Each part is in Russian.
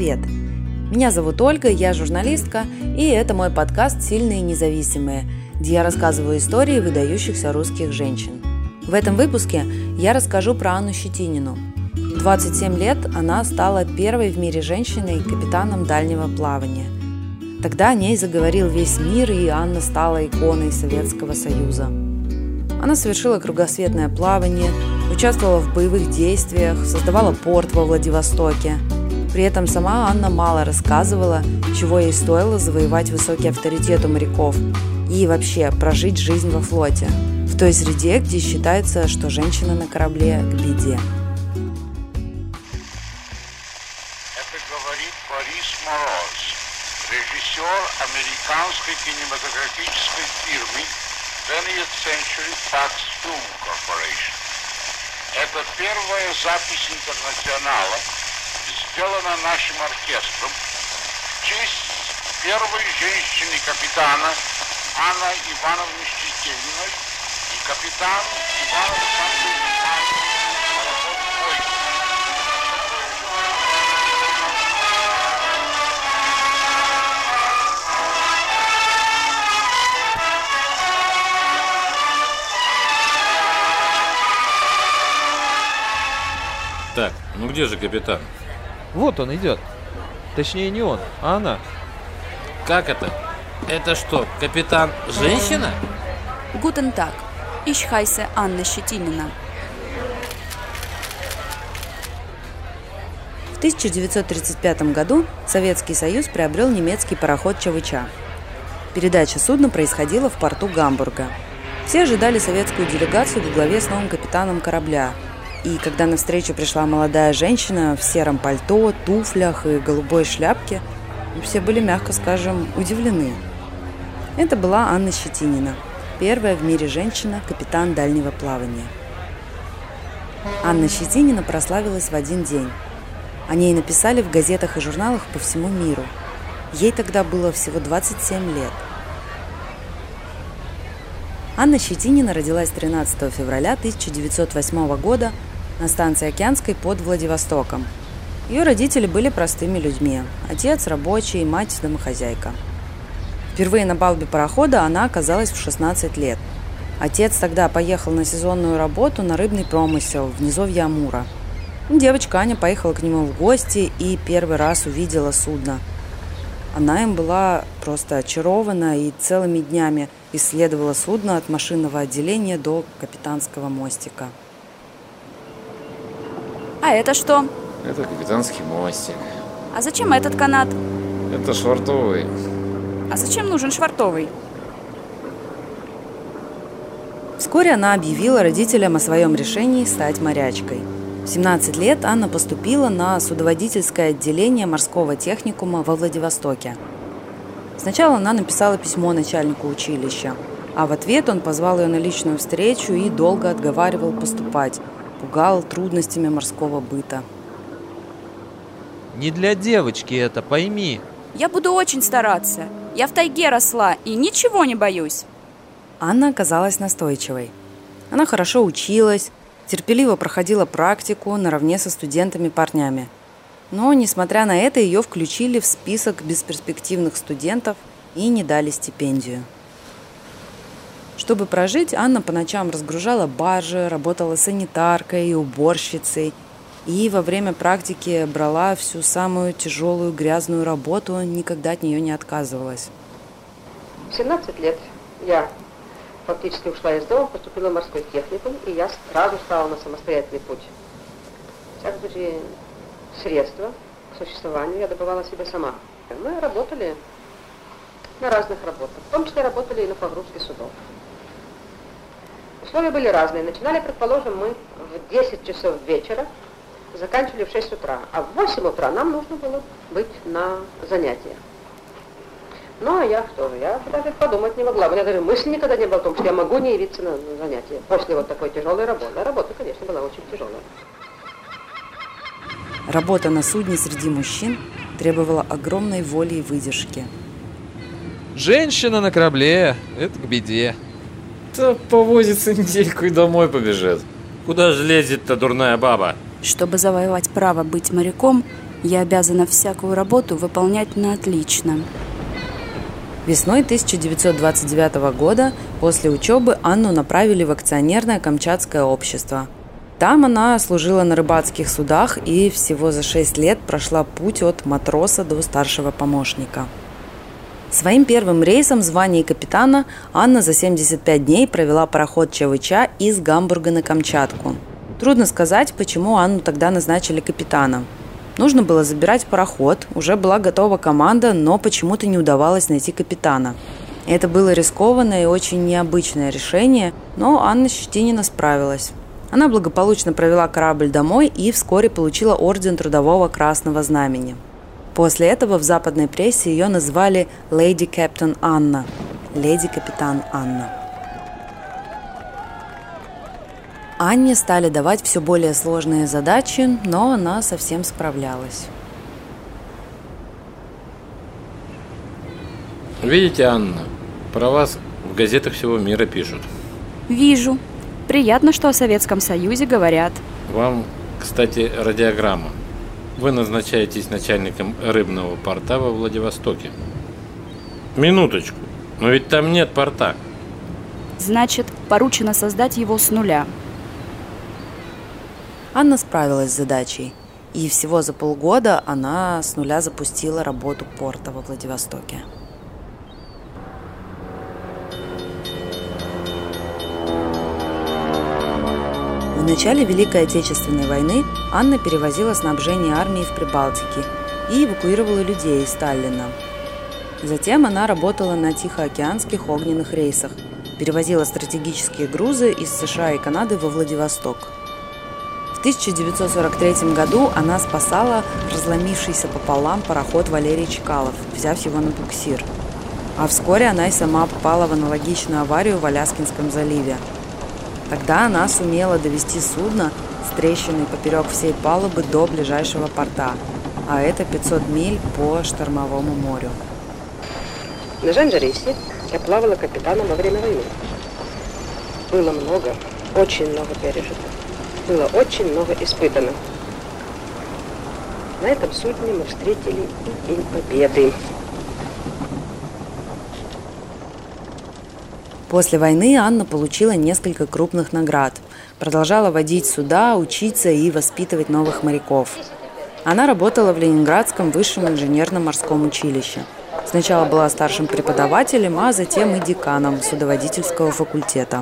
привет! Меня зовут Ольга, я журналистка, и это мой подкаст «Сильные и независимые», где я рассказываю истории выдающихся русских женщин. В этом выпуске я расскажу про Анну Щетинину. В 27 лет она стала первой в мире женщиной капитаном дальнего плавания. Тогда о ней заговорил весь мир, и Анна стала иконой Советского Союза. Она совершила кругосветное плавание, участвовала в боевых действиях, создавала порт во Владивостоке. При этом сама Анна мало рассказывала, чего ей стоило завоевать высокий авторитет у моряков и вообще прожить жизнь во флоте, в той среде, где считается, что женщина на корабле к беде. Это говорит Борис Мороз, режиссер американской кинематографической фирмы 20th Century Fox Film Corporation. Это первая запись интернационала, сделана нашим оркестром в честь первой женщины-капитана Анны Ивановны Щетининой и капитана Ивана Александровича Морозова. Так, ну где же капитан? Вот он идет. Точнее, не он, а она. Как это? Это что, капитан женщина? Guten Tag. Ich heiße Anna Щетинина. В 1935 году Советский Союз приобрел немецкий пароход ЧВЧ. Передача судна происходила в порту Гамбурга. Все ожидали советскую делегацию во главе с новым капитаном корабля. И когда навстречу пришла молодая женщина в сером пальто, туфлях и голубой шляпке, все были, мягко скажем, удивлены. Это была Анна Щетинина, первая в мире женщина, капитан дальнего плавания. Анна Щетинина прославилась в один день. О ней написали в газетах и журналах по всему миру. Ей тогда было всего 27 лет. Анна Щетинина родилась 13 февраля 1908 года на станции Океанской под Владивостоком. Ее родители были простыми людьми. Отец рабочий, мать домохозяйка. Впервые на палубе парохода она оказалась в 16 лет. Отец тогда поехал на сезонную работу на рыбный промысел в низовье Амура. Девочка Аня поехала к нему в гости и первый раз увидела судно. Она им была просто очарована и целыми днями исследовала судно от машинного отделения до капитанского мостика. А это что? Это капитанский мостик. А зачем этот канат? Это швартовый. А зачем нужен швартовый? Вскоре она объявила родителям о своем решении стать морячкой. В 17 лет Анна поступила на судоводительское отделение морского техникума во Владивостоке. Сначала она написала письмо начальнику училища, а в ответ он позвал ее на личную встречу и долго отговаривал поступать, пугал трудностями морского быта. Не для девочки это, пойми. Я буду очень стараться. Я в тайге росла и ничего не боюсь. Анна оказалась настойчивой. Она хорошо училась, терпеливо проходила практику наравне со студентами-парнями. Но, несмотря на это, ее включили в список бесперспективных студентов и не дали стипендию. Чтобы прожить, Анна по ночам разгружала баржи, работала санитаркой и уборщицей. И во время практики брала всю самую тяжелую грязную работу, никогда от нее не отказывалась. В 17 лет я фактически ушла из дома, поступила в морской техникум, и я сразу стала на самостоятельный путь. В всяком случае, средства к существованию я добывала себе сама. Мы работали на разных работах, в том числе работали и на погрузке судов. Условия были разные. Начинали, предположим, мы в 10 часов вечера, заканчивали в 6 утра, а в 8 утра нам нужно было быть на занятиях. Ну, а я что же, я даже подумать не могла. У меня даже мысли никогда не было о том, что я могу не явиться на занятия после вот такой тяжелой работы. А работа, конечно, была очень тяжелая. Работа на судне среди мужчин требовала огромной воли и выдержки. Женщина на корабле – это к беде. Да повозится недельку и домой побежит. Куда же лезет-то дурная баба? Чтобы завоевать право быть моряком, Я обязана всякую работу выполнять на отлично. Весной 1929 года после учебы Анну направили в акционерное Камчатское общество. Там она служила на рыбацких судах и всего за 6 лет прошла путь от матроса до старшего помощника. Своим первым рейсом в звании капитана Анна за 75 дней провела пароход ЧВЧ из Гамбурга на Камчатку. Трудно сказать, почему Анну тогда назначили капитаном. Нужно было забирать пароход, уже была готова команда, но почему-то не удавалось найти капитана. Это было рискованное и очень необычное решение, но Анна Щетинина справилась. Она благополучно провела корабль домой и вскоре получила орден Трудового Красного Знамени. После этого в западной прессе ее назвали «Леди Кэптон Анна» – «Леди-капитан Анна». Анне стали давать все более сложные задачи, но она совсем справлялась. Видите, Анна, про вас в газетах всего мира пишут. Вижу. Приятно, что о Советском Союзе говорят. Вам, кстати, радиограмма. Вы назначаетесь начальником рыбного порта во Владивостоке. Минуточку, но ведь там нет порта. Значит, поручено создать его с нуля. Анна справилась с задачей, и всего за полгода она с нуля запустила работу порта во Владивостоке. В начале Великой Отечественной войны Анна перевозила снабжение армии в Прибалтике и эвакуировала людей из Таллина. Затем она работала на Тихоокеанских огненных рейсах, перевозила стратегические грузы из США и Канады во Владивосток. В 1943 году она спасала разломившийся пополам пароход Валерий Чкалов, взяв его на буксир. А вскоре она и сама попала в аналогичную аварию в Аляскинском заливе. Тогда она сумела довести судно с трещиной поперек всей палубы до ближайшего порта, а это 500 миль по штормовому морю. На Жанджа-рейсе я плавала капитаном во время войны. Было много, очень много пережито. Было очень много испытано. На этом судне мы встретили и День Победы. После войны Анна получила несколько крупных наград. Продолжала водить суда, учиться и воспитывать новых моряков. Она работала в Ленинградском высшем инженерно-морском училище. Сначала была старшим преподавателем, а затем и деканом судоводительского факультета.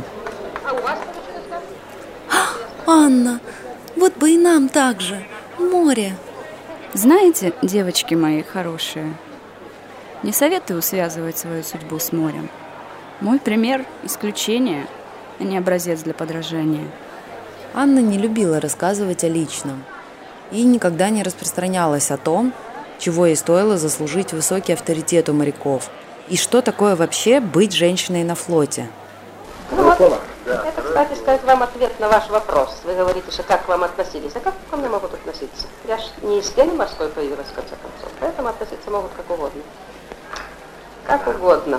Анна, вот бы и нам так же. Море. Знаете, девочки мои хорошие, не советую связывать свою судьбу с морем. Мой пример – исключение, а не образец для подражания. Анна не любила рассказывать о личном и никогда не распространялась о том, чего ей стоило заслужить высокий авторитет у моряков, и что такое вообще быть женщиной на флоте. Это, кстати, сказать вам ответ на ваш вопрос. Вы говорите, что как к вам относились. А как ко мне могут относиться? Я ж не из пены морской появилась, в конце концов. Поэтому относиться могут как угодно. Как угодно.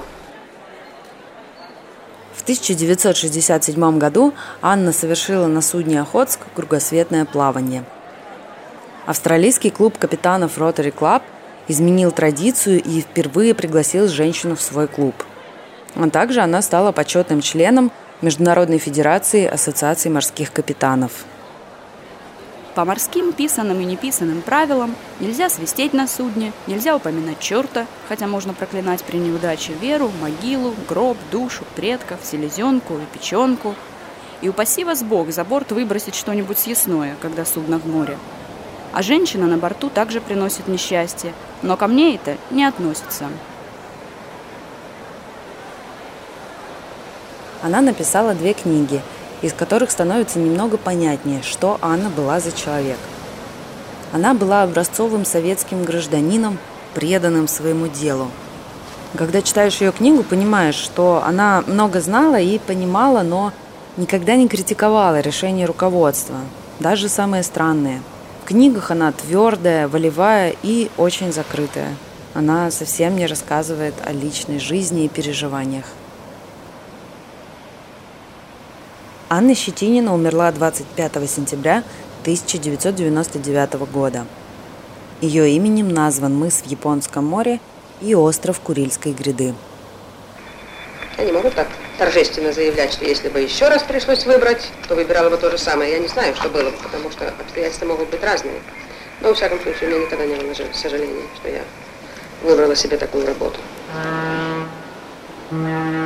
В 1967 году Анна совершила на судне «Охотск» кругосветное плавание. Австралийский клуб капитанов Rotary Club изменил традицию и впервые пригласил женщину в свой клуб. А также она стала почетным членом Международной федерации ассоциаций морских капитанов. По морским писанным и неписанным правилам нельзя свистеть на судне, нельзя упоминать черта, хотя можно проклинать при неудаче веру, могилу, гроб, душу, предков, селезенку и печенку. И упаси вас Бог за борт выбросить что-нибудь съестное, когда судно в море. А женщина на борту также приносит несчастье, но ко мне это не относится. Она написала 2 книги, из которых становится немного понятнее, что Анна была за человек. Она была образцовым советским гражданином, преданным своему делу. Когда читаешь ее книгу, понимаешь, что она много знала и понимала, но никогда не критиковала решения руководства, даже самые странные. В книгах она твердая, волевая и очень закрытая. Она совсем не рассказывает о личной жизни и переживаниях. Анна Щетинина умерла 25 сентября 1999 года. Ее именем назван мыс в Японском море и остров Курильской гряды. Я не могу так торжественно заявлять, что если бы еще раз пришлось выбрать, то выбирала бы то же самое. Я не знаю, что было бы, потому что обстоятельства могут быть разные. Но, во всяком случае, у меня никогда не было сожаления, что я выбрала себе такую работу.